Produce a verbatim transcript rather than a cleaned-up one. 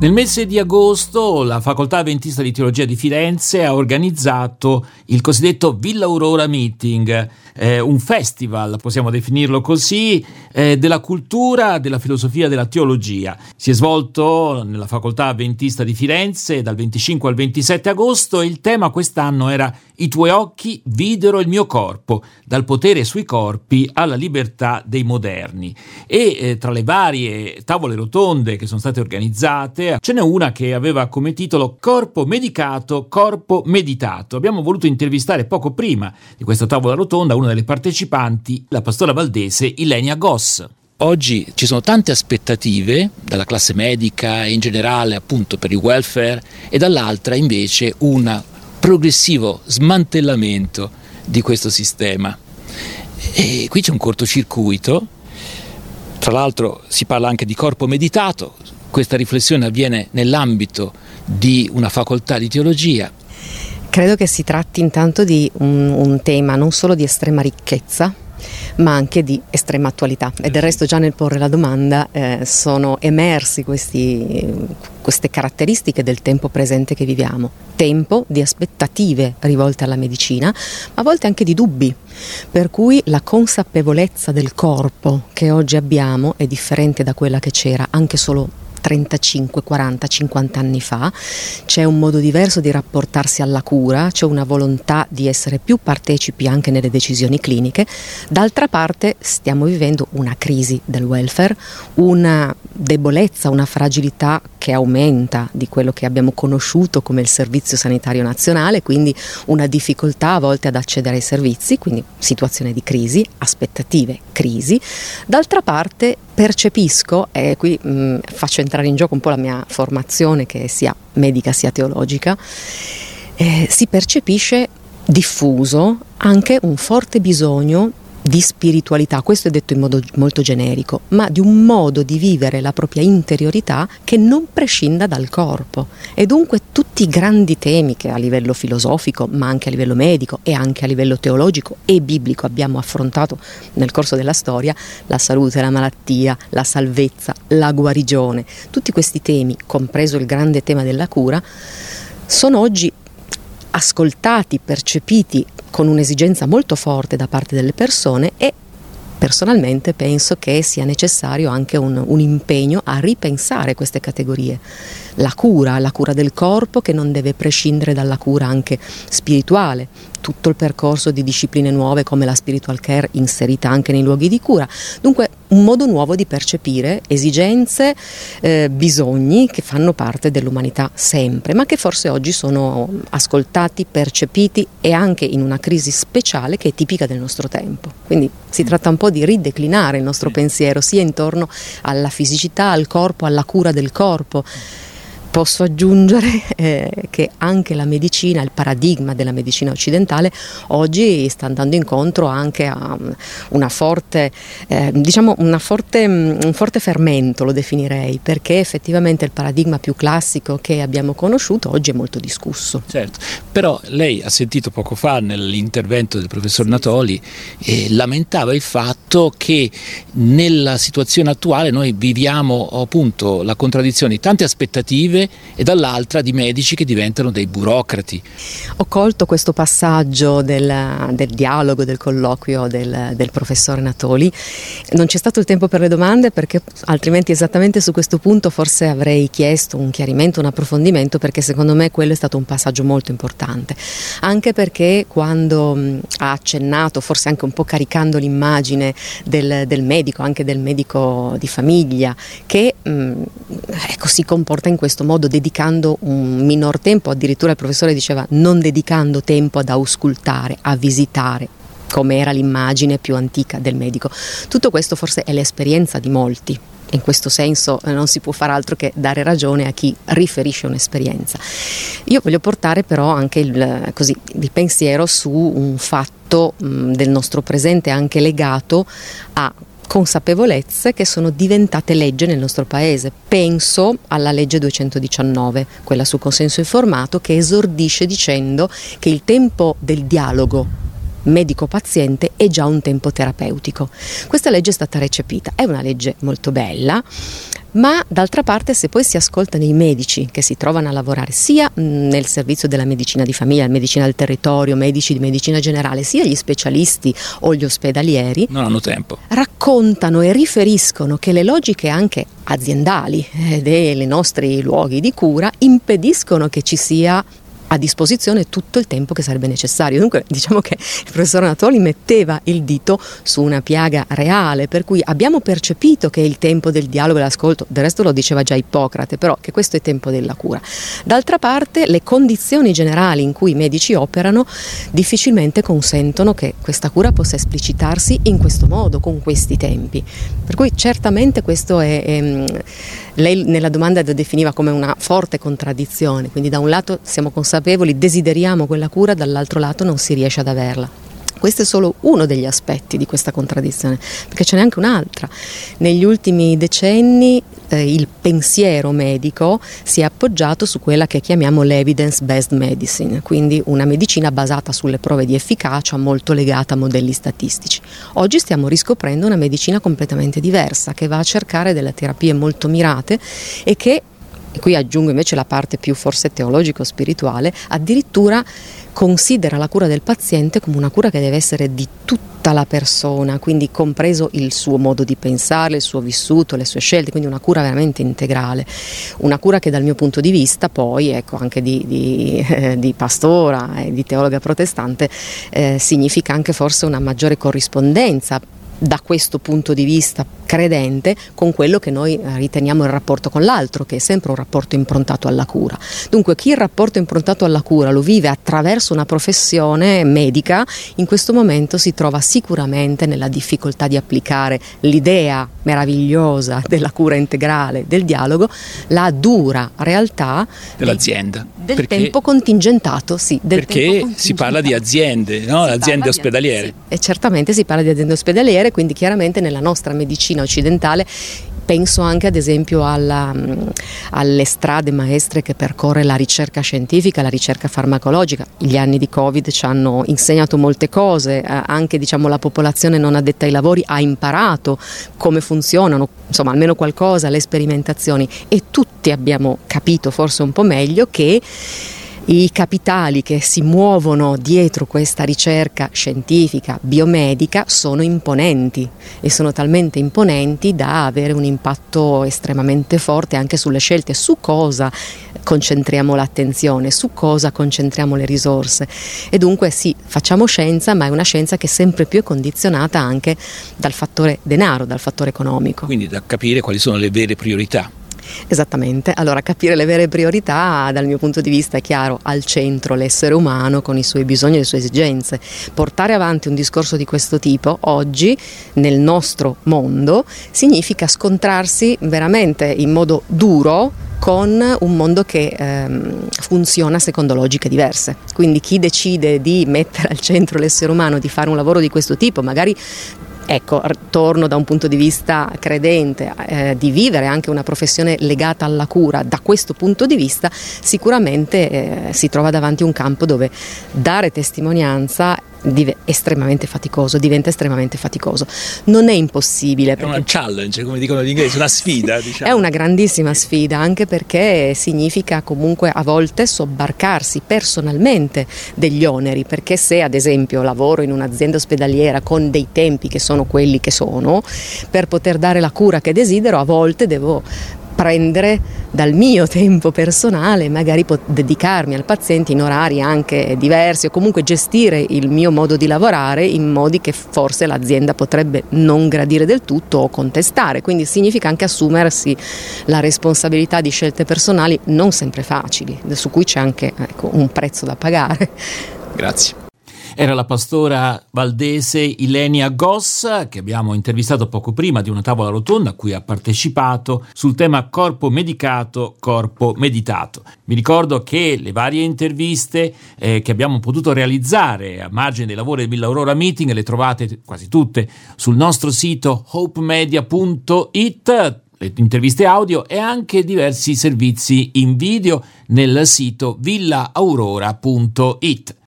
Nel mese di agosto la Facoltà Adventista di Teologia di Firenze ha organizzato il cosiddetto Villa Aurora Meeting, eh, un festival, possiamo definirlo così, eh, della cultura, della filosofia, della teologia. Si è svolto nella Facoltà Adventista di Firenze dal venticinque al ventisette agosto e il tema quest'anno era "I tuoi occhi videro il mio corpo, dal potere sui corpi alla libertà dei moderni". E eh, tra le varie tavole rotonde che sono state organizzate ce n'è una che aveva come titolo "Corpo medicato, corpo meditato". Abbiamo voluto intervistare poco prima di questa tavola rotonda una delle partecipanti, la pastora valdese Ilenia Goss. Oggi ci sono tante aspettative dalla classe medica e in generale appunto per il welfare, e dall'altra invece un progressivo smantellamento di questo sistema. E qui c'è un cortocircuito. Tra l'altro si parla anche di corpo meditato. Questa riflessione avviene nell'ambito di una facoltà di teologia. Credo che si tratti intanto di un, un tema non solo di estrema ricchezza, ma anche di estrema attualità. E del resto già nel porre la domanda eh, sono emersi questi, queste caratteristiche del tempo presente che viviamo. Tempo di aspettative rivolte alla medicina, ma a volte anche di dubbi, per cui la consapevolezza del corpo che oggi abbiamo è differente da quella che c'era anche solo trentacinque, quaranta, cinquanta anni fa. C'è un modo diverso di rapportarsi alla cura, c'è una volontà di essere più partecipi anche nelle decisioni cliniche. D'altra parte stiamo vivendo una crisi del welfare, una debolezza, una fragilità che aumenta di quello che abbiamo conosciuto come il Servizio Sanitario Nazionale, quindi una difficoltà a volte ad accedere ai servizi, quindi situazione di crisi, aspettative, crisi. D'altra parte percepisco, e qui mh, faccio entrare in gioco un po' la mia formazione, che sia medica sia teologica, eh, si percepisce diffuso anche un forte bisogno di spiritualità, questo è detto in modo molto generico, ma di un modo di vivere la propria interiorità che non prescinda dal corpo. E dunque tutti i grandi temi che a livello filosofico, ma anche a livello medico e anche a livello teologico e biblico abbiamo affrontato nel corso della storia, la salute, la malattia, la salvezza, la guarigione, tutti questi temi, compreso il grande tema della cura, sono oggi ascoltati, percepiti con un'esigenza molto forte da parte delle persone, e personalmente penso che sia necessario anche un, un impegno a ripensare queste categorie. La cura, la cura del corpo che non deve prescindere dalla cura anche spirituale, tutto il percorso di discipline nuove come la spiritual care inserita anche nei luoghi di cura. Dunque un modo nuovo di percepire esigenze, eh, bisogni che fanno parte dell'umanità sempre, ma che forse oggi sono ascoltati, percepiti, e anche in una crisi speciale che è tipica del nostro tempo. Quindi si tratta un po' di rideclinare il nostro pensiero sia intorno alla fisicità, al corpo, alla cura del corpo. Posso aggiungere eh, che anche la medicina, il paradigma della medicina occidentale oggi sta andando incontro anche a una forte, eh, diciamo una forte, un forte fermento, lo definirei, perché effettivamente il paradigma più classico che abbiamo conosciuto oggi è molto discusso. Certo, però lei ha sentito poco fa nell'intervento del professor Natoli eh, lamentava il fatto che nella situazione attuale noi viviamo appunto la contraddizione di tante aspettative e dall'altra di medici che diventano dei burocrati. Ho colto questo passaggio del, del dialogo, del colloquio del, del professore Natoli. Non c'è stato il tempo per le domande, perché altrimenti esattamente su questo punto forse avrei chiesto un chiarimento, un approfondimento, perché secondo me quello è stato un passaggio molto importante, anche perché quando mh, ha accennato, forse anche un po' caricando l'immagine del, del medico, anche del medico di famiglia, che mh, ecco, si comporta in questo modo, dedicando un minor tempo, addirittura il professore diceva non dedicando tempo ad auscultare, a visitare, come era l'immagine più antica del medico. Tutto questo forse è l'esperienza di molti. In questo senso non si può fare altro che dare ragione a chi riferisce un'esperienza. Io voglio portare però anche il, così, il pensiero su un fatto mh, del nostro presente, anche legato a consapevolezze che sono diventate legge nel nostro paese. Penso alla legge duecentodiciannove, quella sul consenso informato, che esordisce dicendo che il tempo del dialogo medico-paziente è già un tempo terapeutico. Questa legge è stata recepita, è una legge molto bella, Ma d'altra parte, se poi si ascoltano i medici che si trovano a lavorare sia nel servizio della medicina di famiglia, medicina del territorio, medici di medicina generale, sia gli specialisti o gli ospedalieri, non hanno tempo, raccontano e riferiscono che le logiche anche aziendali eh, dei nostri luoghi di cura impediscono che ci sia a disposizione tutto il tempo che sarebbe necessario. Dunque diciamo che il professor Natoli metteva il dito su una piaga reale, per cui abbiamo percepito che è il tempo del dialogo e dell'ascolto, del resto lo diceva già Ippocrate, però che questo è tempo della cura. D'altra parte le condizioni generali in cui i medici operano difficilmente consentono che questa cura possa esplicitarsi in questo modo, con questi tempi. Per cui certamente questo è, è lei nella domanda lo definiva come una forte contraddizione, quindi da un lato siamo consapevoli, desideriamo quella cura, dall'altro lato non si riesce ad averla. Questo è solo uno degli aspetti di questa contraddizione, perché ce n'è anche un'altra. Negli ultimi decenni eh, il pensiero medico si è appoggiato su quella che chiamiamo l'evidence-based medicine, quindi una medicina basata sulle prove di efficacia, molto legata a modelli statistici. Oggi stiamo riscoprendo una medicina completamente diversa, che va a cercare delle terapie molto mirate e che, e qui aggiungo invece la parte più forse teologico-spirituale, addirittura considera la cura del paziente come una cura che deve essere di tutta la persona, quindi compreso il suo modo di pensare, il suo vissuto, le sue scelte, quindi una cura veramente integrale, una cura che dal mio punto di vista poi, ecco, anche di, di, eh, di pastora e di teologa protestante, eh, significa anche forse una maggiore corrispondenza da questo punto di vista credente con quello che noi riteniamo il rapporto con l'altro, che è sempre un rapporto improntato alla cura. Dunque chi il rapporto improntato alla cura lo vive attraverso una professione medica, in questo momento si trova sicuramente nella difficoltà di applicare l'idea meravigliosa della cura integrale, del dialogo, la dura realtà dell'azienda, del perché, tempo contingentato, sì, del perché tempo contingentato. Si parla di aziende, no? Aziende ospedaliere. Sì, e certamente si parla di aziende ospedaliere, quindi chiaramente nella nostra medicina occidentale penso anche ad esempio alla, alle strade maestre che percorre la ricerca scientifica, la ricerca farmacologica. Gli anni di Covid ci hanno insegnato molte cose, anche diciamo la popolazione non addetta ai lavori ha imparato come funzionano, insomma almeno qualcosa, le sperimentazioni, e tutti abbiamo capito forse un po' meglio che i capitali che si muovono dietro questa ricerca scientifica, biomedica, sono imponenti e sono talmente imponenti da avere un impatto estremamente forte anche sulle scelte, su cosa concentriamo l'attenzione, su cosa concentriamo le risorse. E dunque sì, facciamo scienza, ma è una scienza che sempre più è condizionata anche dal fattore denaro, dal fattore economico. Quindi da capire quali sono le vere priorità. Esattamente, allora capire le vere priorità dal mio punto di vista è chiaro, al centro l'essere umano con i suoi bisogni e le sue esigenze. Portare avanti un discorso di questo tipo oggi nel nostro mondo significa scontrarsi veramente in modo duro con un mondo che ehm, funziona secondo logiche diverse. Quindi chi decide di mettere al centro l'essere umano, di fare un lavoro di questo tipo, magari ecco, torno da un punto di vista credente, eh, di vivere anche una professione legata alla cura, da questo punto di vista sicuramente eh, si trova davanti un campo dove dare testimonianza Div- estremamente faticoso, diventa estremamente faticoso. Non è impossibile. È una challenge, come dicono gli inglesi, una sfida. Diciamo. È una grandissima sfida, anche perché significa comunque a volte sobbarcarsi personalmente degli oneri, perché se ad esempio lavoro in un'azienda ospedaliera con dei tempi che sono quelli che sono, per poter dare la cura che desidero, a volte devo prendere dal mio tempo personale, magari pot- dedicarmi al paziente in orari anche diversi o comunque gestire il mio modo di lavorare in modi che forse l'azienda potrebbe non gradire del tutto o contestare, quindi significa anche assumersi la responsabilità di scelte personali non sempre facili, su cui c'è anche ecco, un prezzo da pagare. Grazie. Era la pastora valdese Ilenia Goss, che abbiamo intervistato poco prima di una tavola rotonda a cui ha partecipato sul tema corpo medicato, corpo meditato. Vi ricordo che le varie interviste eh, che abbiamo potuto realizzare a margine dei lavori del Villa Aurora Meeting le trovate quasi tutte sul nostro sito hope media punto it, le interviste audio e anche diversi servizi in video nel sito villa aurora punto it.